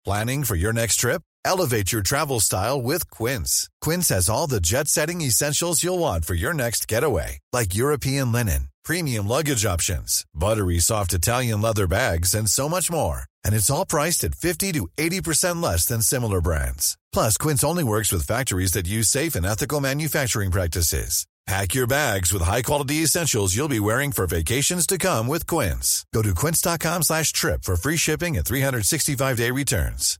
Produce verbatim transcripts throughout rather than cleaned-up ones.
Planning for your next trip? Elevate your travel style with Quince. Quince has all the jet-setting essentials you'll want for your next getaway, like European linen, premium luggage options, buttery soft Italian leather bags, and so much more. And it's all priced at fifty to eighty percent less than similar brands. Plus, Quince only works with factories that use safe and ethical manufacturing practices. Pack your bags with high-quality essentials you'll be wearing for vacations to come with Quince. Go to quince.com slash trip for free shipping and three sixty-five day returns.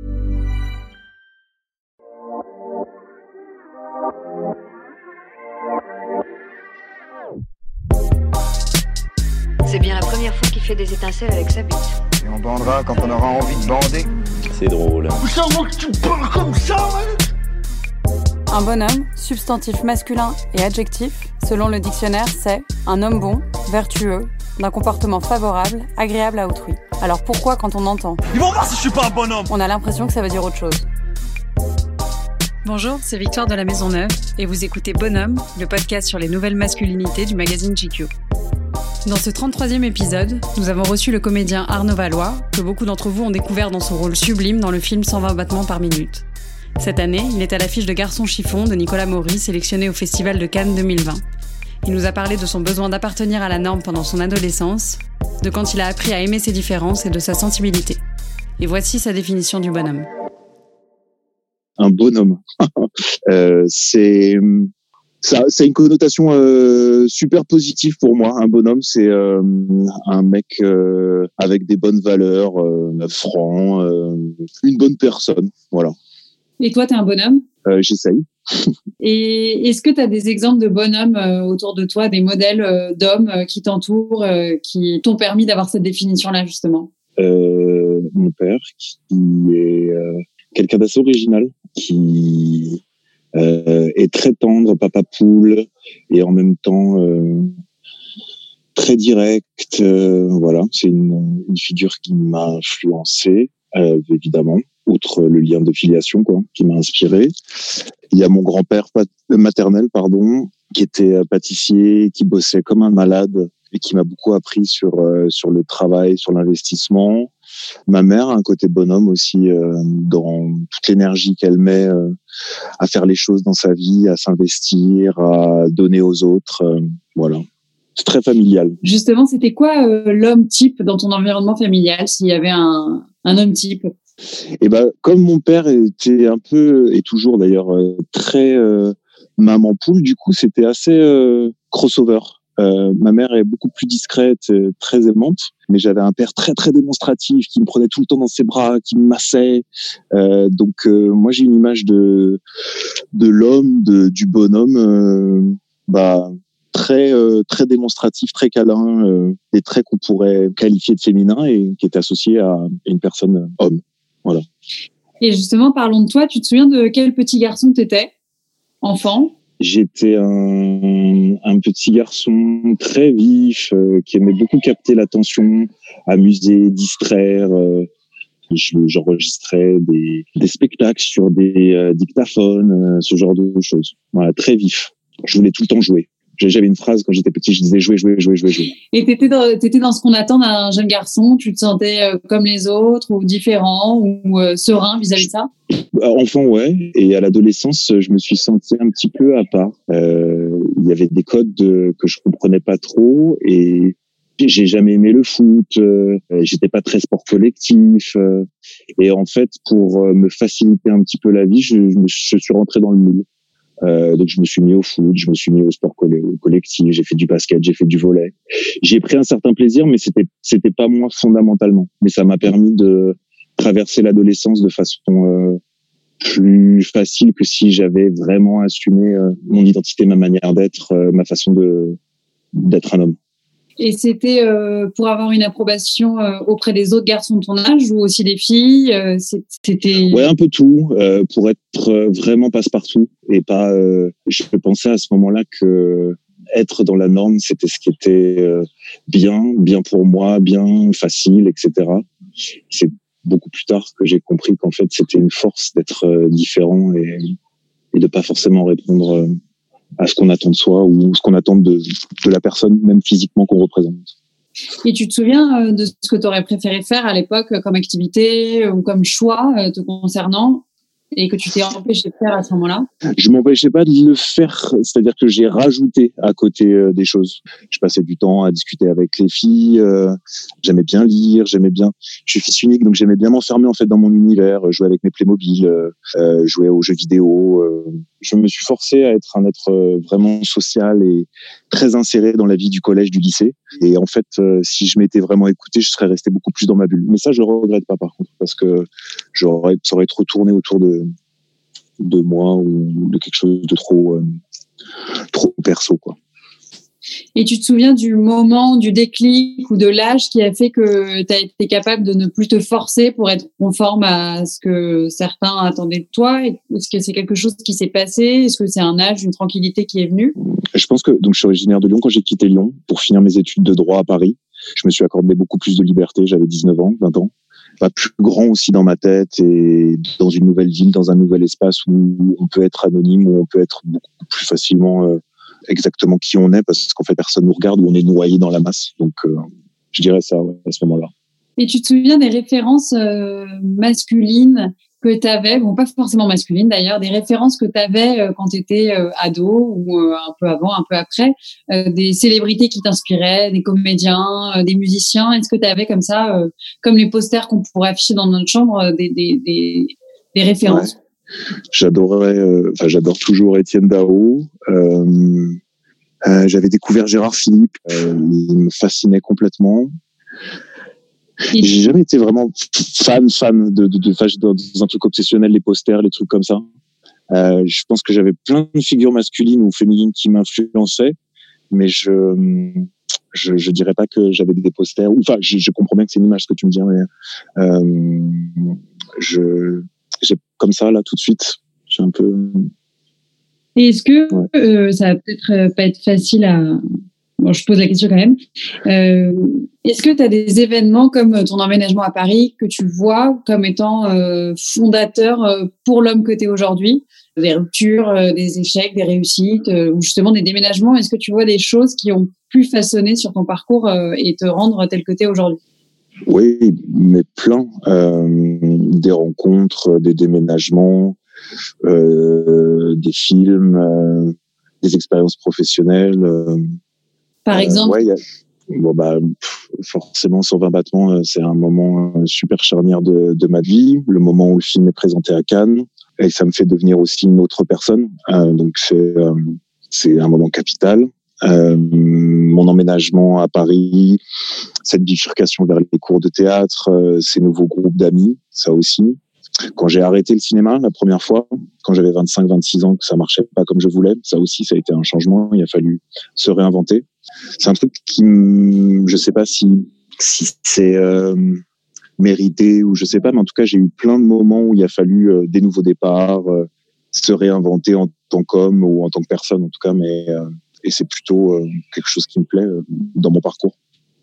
C'est bien la première fois qu'il fait des étincelles avec sa bite. Et on bandera quand on aura envie de bander. C'est drôle. C'est moi que tu parles comme ça, mec. Un bonhomme, substantif masculin et adjectif, selon le dictionnaire, c'est un homme bon, vertueux, d'un comportement favorable, agréable à autrui. Alors pourquoi, quand on entend Ils vont voir si je suis pas un bonhomme, on a l'impression que ça veut dire autre chose? Bonjour, c'est Victoire de la Maisonneuve et vous écoutez Bonhomme, le podcast sur les nouvelles masculinités du magazine G Q. Dans ce trente-troisième épisode, nous avons reçu le comédien Arnaud Valois, que beaucoup d'entre vous ont découvert dans son rôle sublime dans le film cent vingt battements par minute. Cette année, il est à l'affiche de Garçon chiffon de Nicolas Maury, sélectionné au Festival de Cannes deux mille vingt. Il nous a parlé de son besoin d'appartenir à la norme pendant son adolescence, de quand il a appris à aimer ses différences et de sa sensibilité. Et voici sa définition du bonhomme. Un bonhomme, euh, c'est ça, c'est une connotation euh, super positive pour moi. Un bonhomme, c'est euh, un mec euh, avec des bonnes valeurs, euh, franc, euh, une bonne personne, voilà. Et toi, t'es un bonhomme ? euh, J'essaye. Et est-ce que tu as des exemples de bonhommes euh, autour de toi, des modèles euh, d'hommes euh, qui t'entourent, euh, qui t'ont permis d'avoir cette définition-là, justement ? euh, Mon père, qui est euh, quelqu'un d'assez original, qui euh, est très tendre, papa poule, et en même temps euh, très direct. Euh, voilà, c'est une, une figure qui m'a influencé, euh, évidemment. Outre le lien de filiation, quoi, qui m'a inspiré. Il y a mon grand-père pat- maternel, pardon, qui était pâtissier, qui bossait comme un malade et qui m'a beaucoup appris sur euh, sur le travail, sur l'investissement. Ma mère a un côté bonhomme aussi, euh, dans toute l'énergie qu'elle met euh, à faire les choses dans sa vie, à s'investir, à donner aux autres. Euh, voilà. C'est très familial. Justement, c'était quoi euh, l'homme type dans ton environnement familial, s'il y avait un, un homme type ? Et ben, comme mon père était un peu, et toujours d'ailleurs, euh, très euh, maman poule, du coup, c'était assez euh, crossover. Euh, ma mère est beaucoup plus discrète, euh, très aimante, mais j'avais un père très très démonstratif qui me prenait tout le temps dans ses bras, qui me massait. Euh, donc, euh, moi, j'ai une image de de l'homme, de, du bonhomme, euh, bah très euh, très démonstratif, très câlin, euh, des traits qu'on pourrait qualifier de féminin et qui est associé à une personne euh, homme. Voilà. Et justement, parlons de toi. Tu te souviens de quel petit garçon t'étais, enfant ? J'étais un, un petit garçon très vif, euh, qui aimait beaucoup capter l'attention, amuser, distraire. Euh, je, j'enregistrais des, des spectacles sur des euh, dictaphones, euh, ce genre de choses. Voilà, très vif. Je voulais tout le temps jouer. J'avais une phrase quand j'étais petit, je disais jouer, jouer, jouer, jouer, jouer. Et t'étais dans, t'étais dans ce qu'on attend d'un jeune garçon. Tu te sentais euh, comme les autres ou différent ou euh, serein vis-à-vis de ça ? Enfant, ouais. Et à l'adolescence, je me suis senti un petit peu à part. Euh, il y avait des codes de, que je comprenais pas trop et j'ai jamais aimé le foot. Euh, j'étais pas très sport collectif. Euh, et en fait, pour me faciliter un petit peu la vie, je, je, je suis rentré dans le moule. Euh, donc je me suis mis au foot, je me suis mis au sport collectif, j'ai fait du basket, j'ai fait du volley. J'ai pris un certain plaisir, mais c'était c'était pas moi fondamentalement. Mais ça m'a permis de traverser l'adolescence de façon euh, plus facile que si j'avais vraiment assumé euh, mon identité, ma manière d'être, euh, ma façon de d'être un homme. Et c'était euh, pour avoir une approbation euh, auprès des autres garçons de ton âge ou aussi des filles euh, c'était... Ouais, un peu tout, euh, pour être vraiment passe-partout. Et pas, euh, je pensais à ce moment-là que être dans la norme, c'était ce qui était euh, bien, bien pour moi, bien facile, et cetera. C'est beaucoup plus tard que j'ai compris qu'en fait, c'était une force d'être euh, différent et, et de pas forcément répondre... Euh, à ce qu'on attend de soi ou ce qu'on attend de, de la personne, même physiquement, qu'on représente. Et tu te souviens de ce que tu aurais préféré faire à l'époque comme activité ou comme choix te concernant et que tu t'es empêché de faire à ce moment-là? Je m'empêchais pas de le faire, c'est-à-dire que j'ai rajouté à côté euh, des choses. Je passais du temps à discuter avec les filles, euh, j'aimais bien lire, j'aimais bien... Je suis fils unique, donc j'aimais bien m'enfermer en fait dans mon univers, jouer avec mes Playmobil, euh, euh, jouer aux jeux vidéo. Euh. Je me suis forcé à être un être euh, vraiment social et très inséré dans la vie du collège, du lycée. Et en fait, euh, si je m'étais vraiment écouté, je serais resté beaucoup plus dans ma bulle. Mais ça, je le regrette pas par contre, parce que j'aurais, ça aurait trop tourné autour de de moi ou de quelque chose de trop euh, trop perso, quoi. Et tu te souviens du moment, du déclic ou de l'âge qui a fait que tu as été capable de ne plus te forcer pour être conforme à ce que certains attendaient de toi? Est-ce que c'est quelque chose qui s'est passé? Est-ce que c'est un âge, une tranquillité qui est venue? Je pense que, donc je suis originaire de Lyon. Quand j'ai quitté Lyon pour finir mes études de droit à Paris, je me suis accordé beaucoup plus de liberté. J'avais dix-neuf ans, vingt ans. Pas plus grand aussi dans ma tête et dans une nouvelle ville, dans un nouvel espace où on peut être anonyme, où on peut être beaucoup plus facilement euh, exactement qui on est, parce qu'en fait personne nous regarde, où on est noyé dans la masse. Donc euh, je dirais ça, ouais, à ce moment-là. Et tu te souviens des références euh, masculines que tu avais, bon pas forcément masculines d'ailleurs, des références que tu avais euh, quand tu étais euh, ado ou euh, un peu avant, un peu après, euh, des célébrités qui t'inspiraient, des comédiens, euh, des musiciens? Est-ce que tu avais comme ça, euh, comme les posters qu'on pourrait afficher dans notre chambre, euh, des, des, des, des références? Ouais. J'adorais, euh, enfin j'adore toujours Étienne Dao. Euh, euh, j'avais découvert Gérard Philippe, euh, il me fascinait complètement. Et j'ai jamais été vraiment fan, fan de, de, de, de, dans un truc obsessionnel, les posters, les trucs comme ça. Euh, je pense que j'avais plein de figures masculines ou féminines qui m'influençaient, mais je, je, je dirais pas que j'avais des posters. Enfin, je, je comprends bien que c'est une image ce que tu me dis, mais euh, je, j'ai comme ça là tout de suite. Je suis un peu. Et est-ce que ouais. euh, ça va peut-être pas être facile à. Bon, je pose la question quand même. Euh, est-ce que tu as des événements comme ton emménagement à Paris que tu vois comme étant euh, fondateurs euh, pour l'homme que tu es aujourd'hui? Des ruptures, euh, des échecs, des réussites, euh, ou justement des déménagements. Est-ce que tu vois des choses qui ont pu façonner sur ton parcours euh, et te rendre tel que tu es aujourd'hui? Oui, mais plein. Euh, des rencontres, des déménagements, euh, des films, euh, des expériences professionnelles. Euh, Par exemple? Euh, ouais, y a, bon bah pff, forcément cent vingt battements, c'est un moment super charnière de, de ma vie, le moment où le film est présenté à Cannes, et ça me fait devenir aussi une autre personne. Euh, donc c'est euh, c'est un moment capital. Euh, mon emménagement à Paris, cette bifurcation vers les cours de théâtre, euh, ces nouveaux groupes d'amis, ça aussi. Quand j'ai arrêté le cinéma la première fois, quand j'avais vingt-cinq vingt-six ans, que ça marchait pas comme je voulais, ça aussi, ça a été un changement. Il a fallu se réinventer. C'est un truc qui, je sais pas si, si c'est euh, mérité ou je sais pas, mais en tout cas, j'ai eu plein de moments où il a fallu euh, des nouveaux départs, euh, se réinventer en tant qu'homme ou en tant que personne, en tout cas. Mais euh, et c'est plutôt euh, quelque chose qui me plaît euh, dans mon parcours.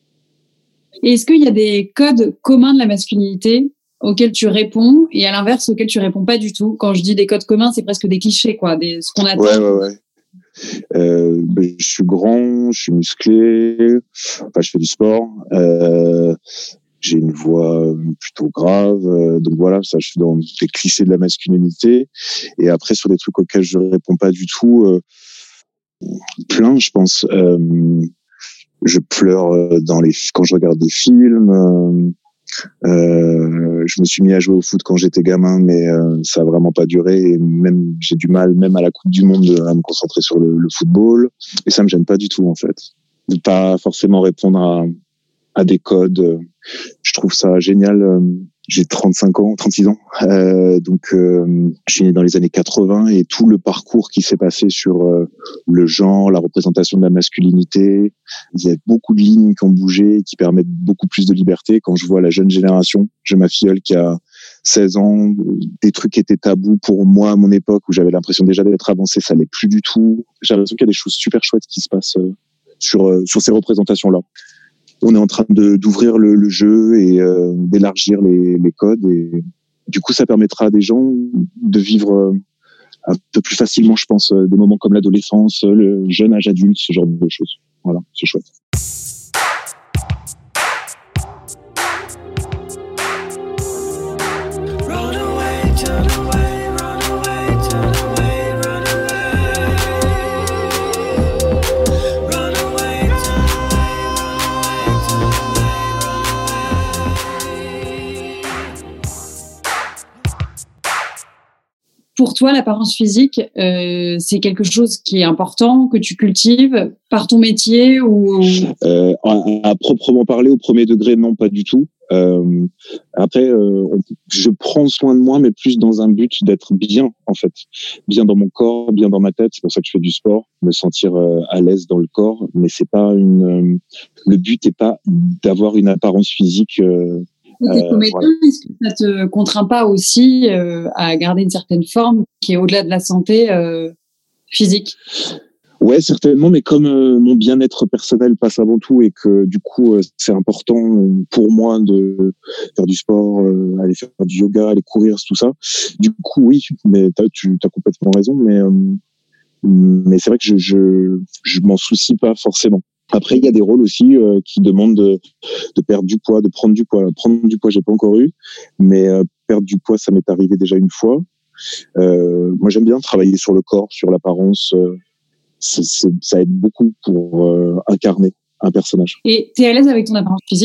Et est-ce qu'il y a des codes communs de la masculinité auxquels tu réponds et à l'inverse auxquels tu réponds pas du tout? Quand je dis des codes communs, c'est presque des clichés, quoi, des, ce qu'on attend. Ouais, ouais, ouais. Euh, je suis grand, je suis musclé, enfin je fais du sport, euh, j'ai une voix plutôt grave, euh, donc voilà, ça je suis dans les clichés de la masculinité. Et après sur des trucs auxquels je réponds pas du tout, euh, plein, je pense. Euh, je pleure dans les quand je regarde des films. Euh, Euh, je me suis mis à jouer au foot quand j'étais gamin, mais euh, ça a vraiment pas duré. Et même j'ai du mal, même à la Coupe du Monde, à me concentrer sur le, le football. Et ça me gêne pas du tout, en fait, de pas forcément répondre à, à des codes. Je trouve ça génial. J'ai trente-cinq ans, trente-six ans, euh, donc euh, je suis né dans les années quatre-vingts et tout le parcours qui s'est passé sur euh, le genre, la représentation de la masculinité, il y a beaucoup de lignes qui ont bougé, qui permettent beaucoup plus de liberté. Quand je vois la jeune génération, j'ai ma filleule qui a seize ans, des trucs qui étaient tabous pour moi à mon époque où j'avais l'impression déjà d'être avancé, ça l'est plus du tout. J'ai l'impression qu'il y a des choses super chouettes qui se passent euh, sur euh, sur ces représentations-là. On est en train de d'ouvrir le, le jeu et euh, d'élargir les, les codes et du coup ça permettra à des gens de vivre euh, un peu plus facilement, je pense, euh, des moments comme l'adolescence, le jeune âge adulte, ce genre de choses. Voilà, c'est chouette. Pour toi, l'apparence physique, euh, c'est quelque chose qui est important, que tu cultives par ton métier ou euh, à, à proprement parler, au premier degré, non, pas du tout. Euh, après, euh, on, je prends soin de moi, mais plus dans un but d'être bien, en fait, bien dans mon corps, bien dans ma tête. C'est pour ça que je fais du sport, me sentir euh, à l'aise dans le corps. Mais c'est pas une. Euh, le but n'est pas d'avoir une apparence physique. Euh, T'es comédien, voilà. Est-ce que ça te contraint pas aussi euh, à garder une certaine forme qui est au-delà de la santé euh, physique? Ouais, certainement, mais comme euh, mon bien-être personnel passe avant tout et que du coup euh, c'est important pour moi de faire du sport, euh, aller faire du yoga, aller courir, tout ça. Du coup, oui, mais t'as, tu as complètement raison, mais euh, mais c'est vrai que je je je m'en soucie pas forcément. Après, il y a des rôles aussi euh, qui demandent de, de perdre du poids, de prendre du poids. Prendre du poids, j'ai pas encore eu, mais euh, perdre du poids, ça m'est arrivé déjà une fois. Euh, moi, j'aime bien travailler sur le corps, sur l'apparence. Euh, c'est, c'est, ça aide beaucoup pour euh, incarner un personnage. Et t'es à l'aise avec ton apparence physique ?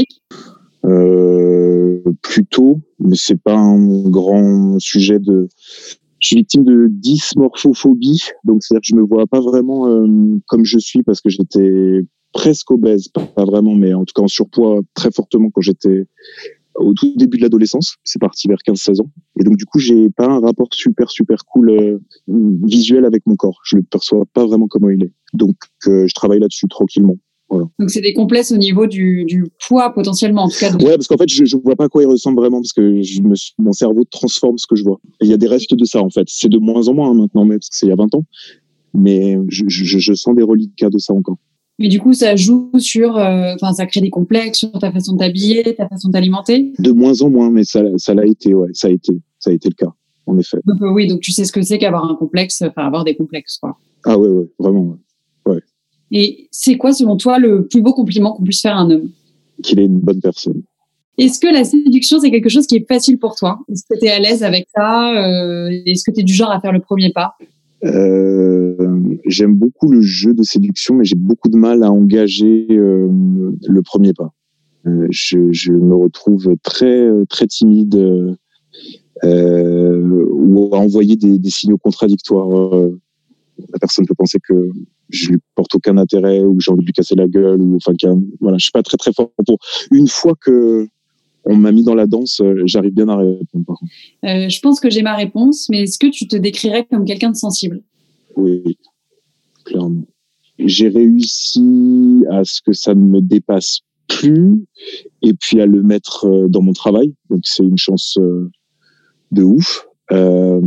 euh, Plutôt, mais c'est pas un grand sujet de. Je suis victime de dysmorphophobie, donc c'est-à-dire que je me vois pas vraiment euh, comme je suis parce que j'étais presque obèse, pas, pas vraiment, mais en tout cas en surpoids très fortement quand j'étais au tout début de l'adolescence. C'est parti vers quinze seize ans. Et donc du coup, j'ai pas un rapport super super cool euh, visuel avec mon corps. Je le perçois pas vraiment comment il est. Donc euh, je travaille là-dessus tranquillement. Voilà. Donc c'est des complexes au niveau du, du poids potentiellement en tout cas. Ouais, parce qu'en fait je je vois pas à quoi il ressemble vraiment parce que je me, mon cerveau transforme ce que je vois. Et il y a des restes de ça en fait. C'est de moins en moins hein, maintenant, mais parce que c'est il y a vingt ans. Mais je, je, je sens des reliquats de ça encore. Mais du coup, ça joue sur, enfin, euh, ça crée des complexes sur ta façon de t'habiller, ta façon de t'alimenter. De moins en moins, mais ça, ça l'a été, ouais, ça a été, ça a été le cas, en effet. Donc euh, oui, donc tu sais ce que c'est qu'avoir un complexe, enfin avoir des complexes, quoi. Ah ouais, ouais, vraiment, ouais. ouais. Et c'est quoi, selon toi, le plus beau compliment qu'on puisse faire à un homme ? Qu'il est une bonne personne. Est-ce que la séduction, c'est quelque chose qui est facile pour toi ? Est-ce que tu es à l'aise avec ça ? euh, Est-ce que tu es du genre à faire le premier pas ? Euh, j'aime beaucoup le jeu de séduction, mais j'ai beaucoup de mal à engager euh, le premier pas. Euh, je, je me retrouve très très timide euh, ou à envoyer des, des signaux contradictoires. Euh, la personne peut penser que je lui porte aucun intérêt ou que j'ai envie de lui casser la gueule ou enfin qu'un, voilà, je suis pas très très fort pour. Une fois que on m'a mis dans la danse, j'arrive bien à répondre, par contre. Euh, je pense que j'ai ma réponse, mais est-ce que tu te décrirais comme quelqu'un de sensible ? Oui, clairement. J'ai réussi à ce que ça ne me dépasse plus et puis à le mettre dans mon travail. Donc, c'est une chance de ouf. Euh,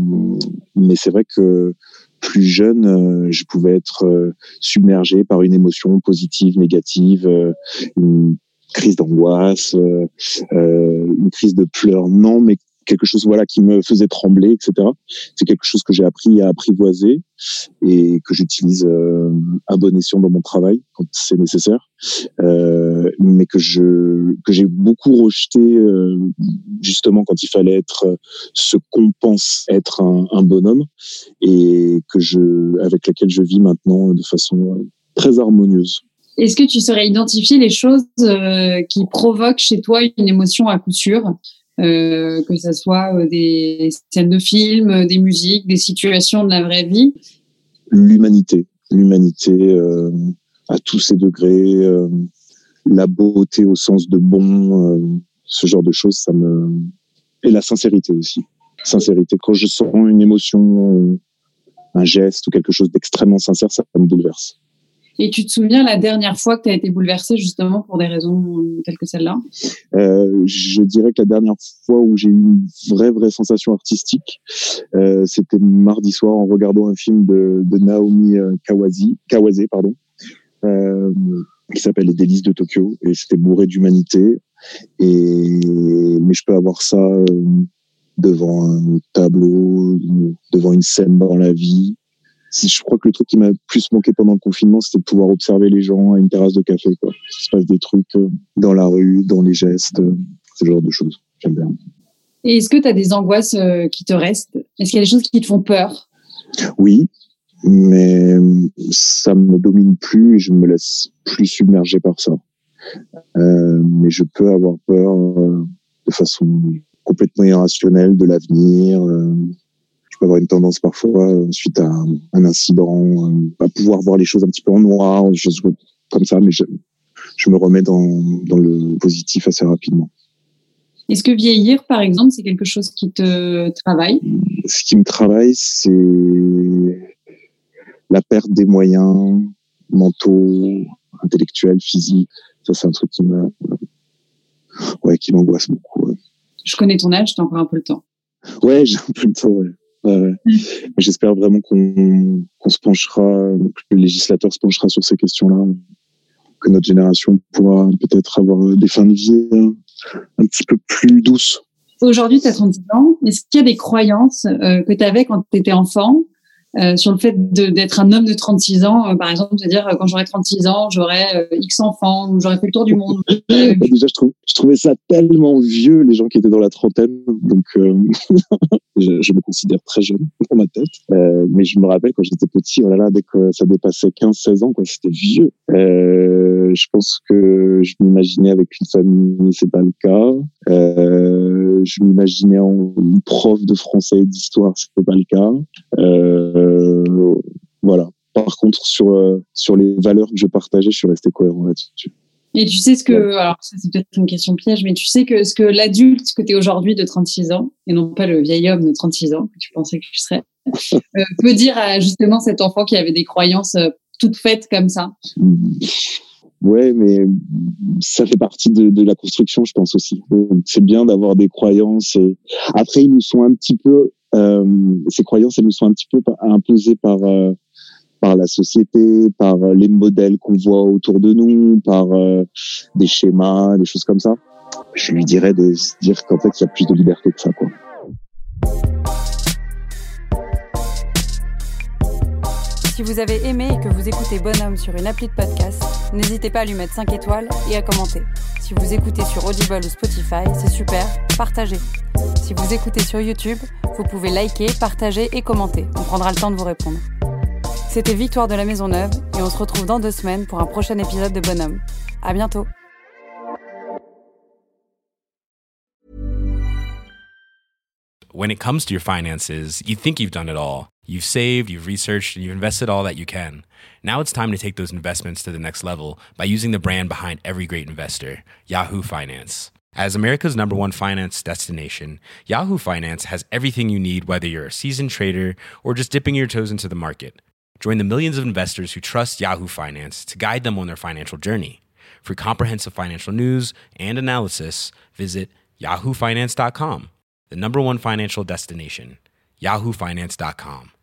mais c'est vrai que plus jeune, je pouvais être submergé par une émotion positive, négative, une crise d'angoisse, euh, euh, une crise de pleurs, non, mais quelque chose voilà qui me faisait trembler, et cetera. C'est quelque chose que j'ai appris à apprivoiser et que j'utilise euh, à bon escient dans mon travail quand c'est nécessaire, euh, mais que je que j'ai beaucoup rejeté euh, justement quand il fallait être ce qu'on pense être un, un bonhomme et que je avec laquelle je vis maintenant de façon très harmonieuse. Est-ce que tu saurais identifier les choses euh, qui provoquent chez toi une émotion à coup sûr, euh, que ce soit euh, des scènes de films, des musiques, des situations de la vraie vie ? L'humanité, l'humanité euh, à tous ses degrés, euh, la beauté au sens de bon, euh, ce genre de choses, ça me... Et la sincérité aussi. Sincérité. Quand je sens une émotion, un geste ou quelque chose d'extrêmement sincère, ça me bouleverse. Et tu te souviens la dernière fois que tu as été bouleversée justement pour des raisons telles que celle-là ? euh, Je dirais que la dernière fois où j'ai eu une vraie, vraie sensation artistique, euh, c'était mardi soir en regardant un film de, de Naomi Kawase, Kawase pardon, euh, qui s'appelle Les Délices de Tokyo. Et c'était bourré d'humanité. Et, mais je peux avoir ça euh, devant un tableau, devant une scène dans la vie. Je crois que le truc qui m'a plus manqué pendant le confinement, c'était de pouvoir observer les gens à une terrasse de café, quoi. Il se passe des trucs dans la rue, dans les gestes, ce genre de choses. J'aime bien. Et est-ce que tu as des angoisses euh, qui te restent? Est-ce qu'il y a des choses qui te font peur? Oui, mais ça me domine plus et je me laisse plus submerger par ça. Euh, mais je peux avoir peur euh, de façon complètement irrationnelle de l'avenir. Euh, je peux avoir une tendance parfois, euh, suite à un, un incident, euh, à pouvoir voir les choses un petit peu en noir, des choses comme ça, mais je, je me remets dans, dans le positif assez rapidement. Est-ce que vieillir, par exemple, c'est quelque chose qui te travaille? Ce qui me travaille, c'est la perte des moyens mentaux, intellectuels, physiques. Ça, c'est un truc qui me, ouais, qui m'angoisse beaucoup. Ouais. Je connais ton âge, t'as encore un peu le temps. Ouais, j'ai un peu le temps, ouais. ouais, ouais. Mmh. Mais j'espère vraiment qu'on, qu'on se penchera, que le législateur se penchera sur ces questions-là, que notre génération pourra peut-être avoir des fins de vie hein, un petit peu plus douces. Aujourd'hui, tu as trente-six ans. Est-ce qu'il y a des croyances euh, que tu avais quand tu étais enfant euh, sur le fait de, d'être un homme de trente-six ans, euh, par exemple, de dire euh, quand j'aurai trente-six ans, j'aurai euh, X enfants ou j'aurai fait le tour du monde? Déjà, je, trouve, je trouvais ça tellement vieux, les gens qui étaient dans la trentaine. Donc, euh, je, je me considère très jeune dans ma tête. Euh, mais je me rappelle quand j'étais petit, oh là là, dès que ça dépassait quinze seize ans, quoi, c'était vieux. Euh, je pense que je m'imaginais avec une famille, c'est pas le cas. Euh, je m'imaginais en prof de français et d'histoire, c'était pas le cas. Euh, voilà. Par contre, sur euh, sur les valeurs que je partageais, je suis resté cohérent là-dessus. Et tu sais ce que, ouais. Alors ça c'est peut-être une question piège, mais tu sais que ce que l'adulte que tu es aujourd'hui de trente-six ans, et non pas le vieil homme de trente-six ans que tu pensais que tu serais, euh, peut dire à justement cet enfant qui avait des croyances euh, toutes faites comme ça? Ouais, mais ça fait partie de, de la construction, je pense aussi. C'est bien d'avoir des croyances. Et après, ils nous sont un petit peu, euh, ces croyances, elles nous sont un petit peu imposées par euh, par la société, par les modèles qu'on voit autour de nous, par euh, des schémas, des choses comme ça. Je lui dirais de se dire qu'en fait, il y a plus de liberté que ça, quoi. Si vous avez aimé et que vous écoutez Bonhomme sur une appli de podcast, n'hésitez pas à lui mettre cinq étoiles et à commenter. Si vous écoutez sur Audible ou Spotify, c'est super, partagez. Si vous écoutez sur YouTube, vous pouvez liker, partager et commenter. On prendra le temps de vous répondre. C'était Victoire de la Maisonneuve et on se retrouve dans deux semaines pour un prochain épisode de Bonhomme. À bientôt. When it comes to your finances, you think you've done it all. You've saved, you've researched, and you've invested all that you can. Now it's time to take those investments to the next level by using the brand behind every great investor, Yahoo Finance. As America's number one finance destination, Yahoo Finance has everything you need, whether you're a seasoned trader or just dipping your toes into the market. Join the millions of investors who trust Yahoo Finance to guide them on their financial journey. For comprehensive financial news and analysis, visit yahoo finance dot com, the number one financial destination, yahoo finance dot com.